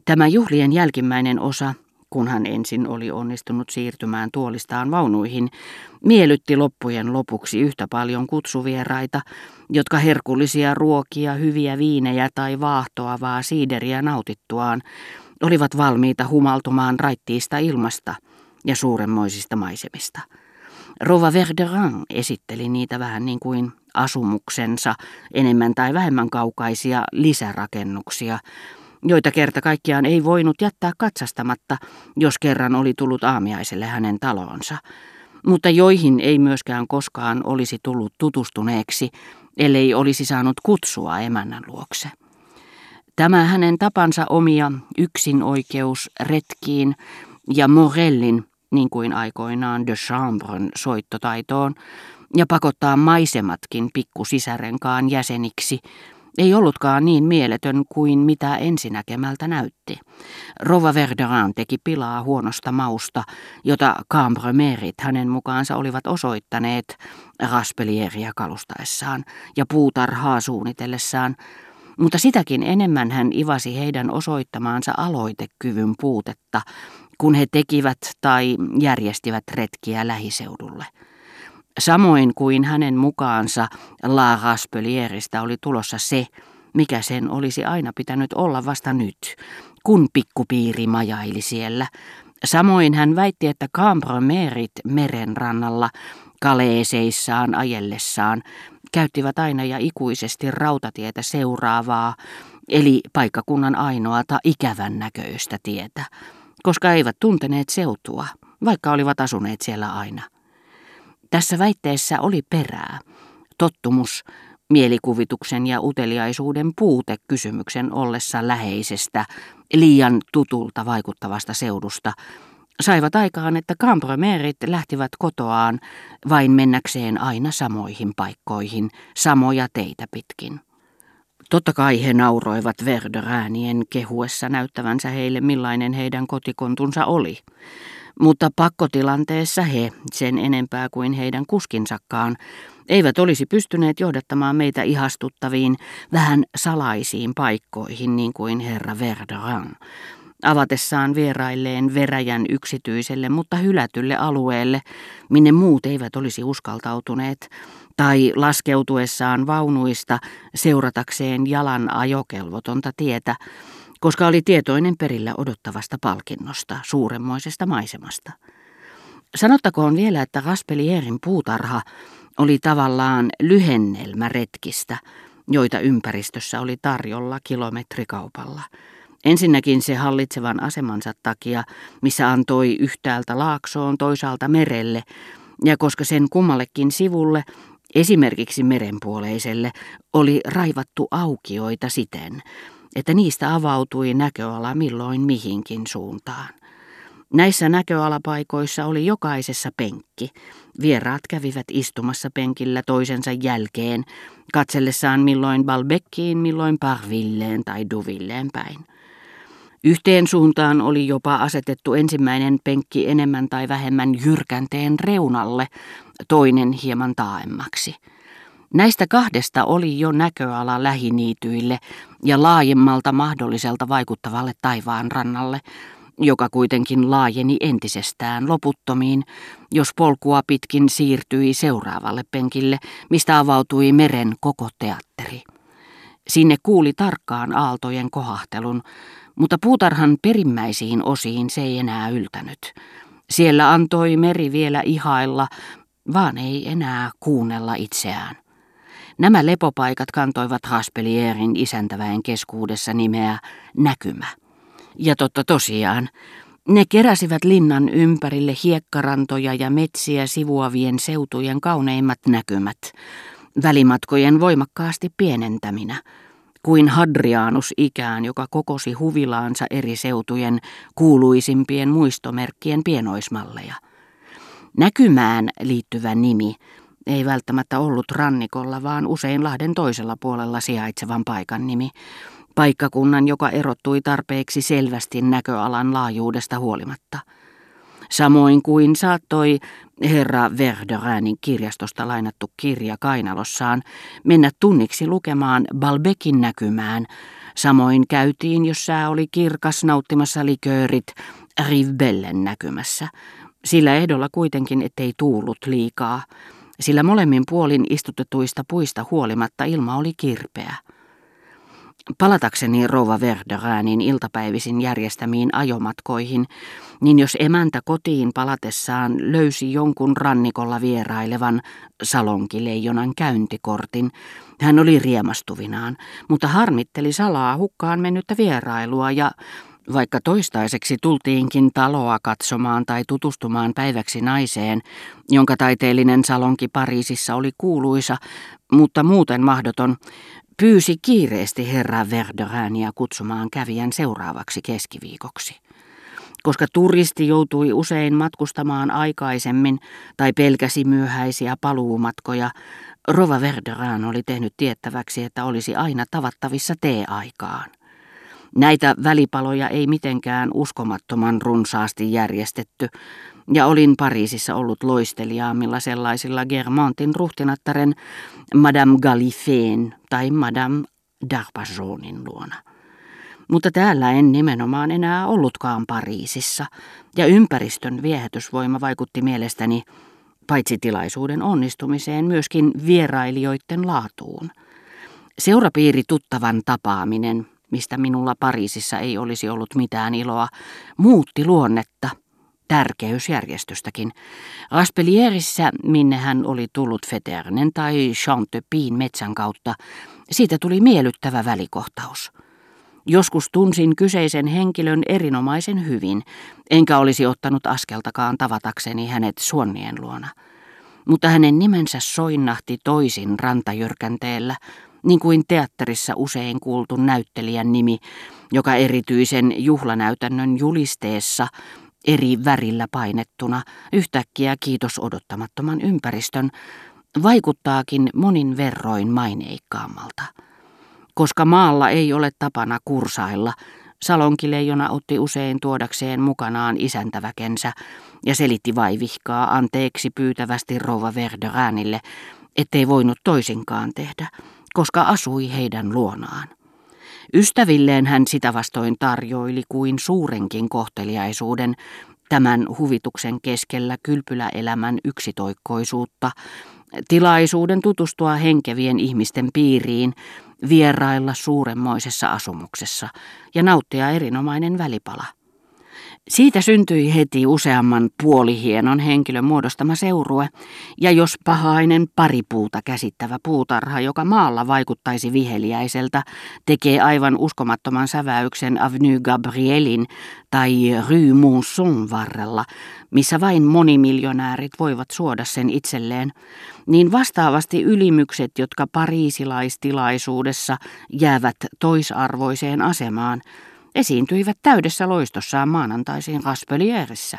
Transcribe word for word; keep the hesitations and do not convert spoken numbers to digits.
Tämä juhlien jälkimmäinen osa, kun hän ensin oli onnistunut siirtymään tuolistaan vaunuihin, miellytti loppujen lopuksi yhtä paljon kutsuvieraita, jotka herkullisia ruokia, hyviä viinejä tai vaahtoavaa siideriä nautittuaan olivat valmiita humaltumaan raittiista ilmasta ja suuremmoisista maisemista. Rova Verderin esitteli niitä vähän niin kuin asumuksensa enemmän tai vähemmän kaukaisia lisärakennuksia, joita kerta kaikkiaan ei voinut jättää katsastamatta, jos kerran oli tullut aamiaiselle hänen taloonsa, mutta joihin ei myöskään koskaan olisi tullut tutustuneeksi, ellei olisi saanut kutsua emännän luokse. Tämä hänen tapansa omia yksinoikeus retkiin ja Morellin, niin kuin aikoinaan de Chambren soittotaitoon, ja pakottaa maisematkin pikkusisärenkaan jäseniksi, ei ollutkaan niin mieletön kuin mitä ensinäkemältä näytti. Rova Verderin teki pilaa huonosta mausta, jota Cambremerit hänen mukaansa olivat osoittaneet Raspelieria kalustaessaan ja puutarhaa suunnitellessaan, mutta sitäkin enemmän hän ivasi heidän osoittamaansa aloitekyvyn puutetta, kun he tekivät tai järjestivät retkiä lähiseudulle. Samoin kuin hänen mukaansa La Raspelieristä oli tulossa se, mikä sen olisi aina pitänyt olla vasta nyt, kun pikkupiiri majaili siellä. Samoin hän väitti, että Cambremerit merenrannalla kaleeseissaan ajellessaan käyttivät aina ja ikuisesti rautatietä seuraavaa, eli paikkakunnan ainoata ikävän näköistä tietä, koska eivät tunteneet seutua, vaikka olivat asuneet siellä aina. Tässä väitteessä oli perää, tottumus, mielikuvituksen ja uteliaisuuden puute kysymyksen ollessa läheisestä, liian tutulta vaikuttavasta seudusta, saivat aikaan, että Cambremerit lähtivät kotoaan vain mennäkseen aina samoihin paikkoihin, samoja teitä pitkin. Totta kai he nauroivat Verderinien kehuessa näyttävänsä heille, millainen heidän kotikontunsa oli. Mutta pakkotilanteessa he, sen enempää kuin heidän kuskinsakaan, eivät olisi pystyneet johdattamaan meitä ihastuttaviin, vähän salaisiin paikkoihin, niin kuin herra Verderin, avatessaan vierailleen veräjän yksityiselle, mutta hylätylle alueelle, minne muut eivät olisi uskaltautuneet, tai laskeutuessaan vaunuista seuratakseen jalan ajokelvotonta tietä, koska oli tietoinen perillä odottavasta palkinnosta, suuremmoisesta maisemasta. Sanottakoon vielä, että Raspelierin puutarha oli tavallaan lyhennelmä retkistä, joita ympäristössä oli tarjolla kilometrikaupalla. Ensinnäkin se hallitsevan asemansa takia, missä antoi yhtäältä laaksoon, toisaalta merelle, ja koska sen kummallekin sivulle, esimerkiksi merenpuoleiselle, oli raivattu aukioita siten, että niistä avautui näköala milloin mihinkin suuntaan. Näissä näköalapaikoissa oli jokaisessa penkki. Vieraat kävivät istumassa penkillä toisensa jälkeen, katsellessaan milloin Balbecquiin, milloin Parvilleen tai Douvilleen päin. Yhteen suuntaan oli jopa asetettu ensimmäinen penkki enemmän tai vähemmän jyrkänteen reunalle, toinen hieman taaemmaksi. Näistä kahdesta oli jo näköala lähiniityille ja laajemmalta mahdolliselta vaikuttavalle taivaan rannalle, joka kuitenkin laajeni entisestään loputtomiin, jos polkua pitkin siirtyi seuraavalle penkille, mistä avautui meren koko teatteri. Sinne kuuli tarkkaan aaltojen kohahtelun, mutta puutarhan perimmäisiin osiin se ei enää yltänyt. Siellä antoi meri vielä ihailla, vaan ei enää kuunnella itseään. Nämä lepopaikat kantoivat Raspelierin isäntäväen keskuudessa nimeä näkymä. Ja totta tosiaan, ne keräsivät linnan ympärille hiekkarantoja ja metsiä sivuavien seutujen kauneimmat näkymät, välimatkojen voimakkaasti pienentäminä, kuin Hadrianus ikään, joka kokosi huvilaansa eri seutujen kuuluisimpien muistomerkkien pienoismalleja. Näkymään liittyvä nimi ei välttämättä ollut rannikolla, vaan usein lahden toisella puolella sijaitsevan paikan nimi, paikkakunnan, joka erottui tarpeeksi selvästi näköalan laajuudesta huolimatta. Samoin kuin saattoi herra Verderinin kirjastosta lainattu kirja kainalossaan mennä tunniksi lukemaan Balbecquin näkymään, Samoin käytiin, jos sää oli kirkas, nauttimassa liköörit Rivbellen näkymässä. Sillä ehdolla kuitenkin, ettei tuullut liikaa, sillä molemmin puolin istutetuista puista huolimatta ilma oli kirpeä. Palatakseni rouva Verderanin iltapäivisin järjestämiin ajomatkoihin, niin jos emäntä kotiin palatessaan löysi jonkun rannikolla vierailevan salonkileijonan käyntikortin, hän oli riemastuvinaan, mutta harmitteli salaa hukkaan mennyttä vierailua ja vaikka toistaiseksi tultiinkin taloa katsomaan tai tutustumaan päiväksi naiseen, jonka taiteellinen salonki Pariisissa oli kuuluisa, mutta muuten mahdoton, pyysi kiireesti herra Verderania kutsumaan kävijän seuraavaksi keskiviikoksi. Koska turisti joutui usein matkustamaan aikaisemmin tai pelkäsi myöhäisiä paluumatkoja, rouva Verderan oli tehnyt tiettäväksi, että olisi aina tavattavissa teeaikaan. Näitä välipaloja ei mitenkään uskomattoman runsaasti järjestetty, ja olin Pariisissa ollut loisteliaammilla sellaisilla Guermantin ruhtinattaren Madame Galifeen tai Madame d'Arpajonin luona. Mutta täällä en nimenomaan enää ollutkaan Pariisissa, ja ympäristön viehätysvoima vaikutti mielestäni paitsi tilaisuuden onnistumiseen myöskin vierailijoiden laatuun. Seurapiiri tuttavan tapaaminen, mistä minulla Pariisissa ei olisi ollut mitään iloa, muutti luonnetta, tärkeysjärjestystäkin. Aspelierissä, minne hän oli tullut Feternen tai Chantepin metsän kautta, siitä tuli miellyttävä välikohtaus. Joskus tunsin kyseisen henkilön erinomaisen hyvin, enkä olisi ottanut askeltakaan tavatakseni hänet Suonnien luona. Mutta hänen nimensä soinnahti toisin rantajyrkänteellä, niin kuin teatterissa usein kuultu näyttelijän nimi, joka erityisen juhlanäytännön julisteessa eri värillä painettuna yhtäkkiä kiitos odottamattoman ympäristön vaikuttaakin monin verroin maineikkaammalta. Koska maalla ei ole tapana kursailla, salonkileijona otti usein tuodakseen mukanaan isäntäväkensä ja selitti vaivihkaa anteeksi pyytävästi rouva Verderanille, ettei voinut toisinkaan tehdä, koska asui heidän luonaan. Ystävilleen hän sitä vastoin tarjoili kuin suurenkin kohteliaisuuden tämän huvituksen keskellä kylpyläelämän yksitoikkoisuutta, tilaisuuden tutustua henkevien ihmisten piiriin, vierailla suuremmoisessa asumuksessa ja nauttia erinomainen välipala. Siitä syntyi heti useamman puolihienon henkilön muodostama seurue, ja jos pahainen paripuuta käsittävä puutarha, joka maalla vaikuttaisi viheliäiseltä, tekee aivan uskomattoman säväyksen Avenue Gabrielin tai Rue Monson varrella, missä vain monimiljonäärit voivat suoda sen itselleen, niin vastaavasti ylimykset, jotka pariisilaistilaisuudessa jäävät toisarvoiseen asemaan, esiintyivät täydessä loistossaan maanantaisin Aspelierissä.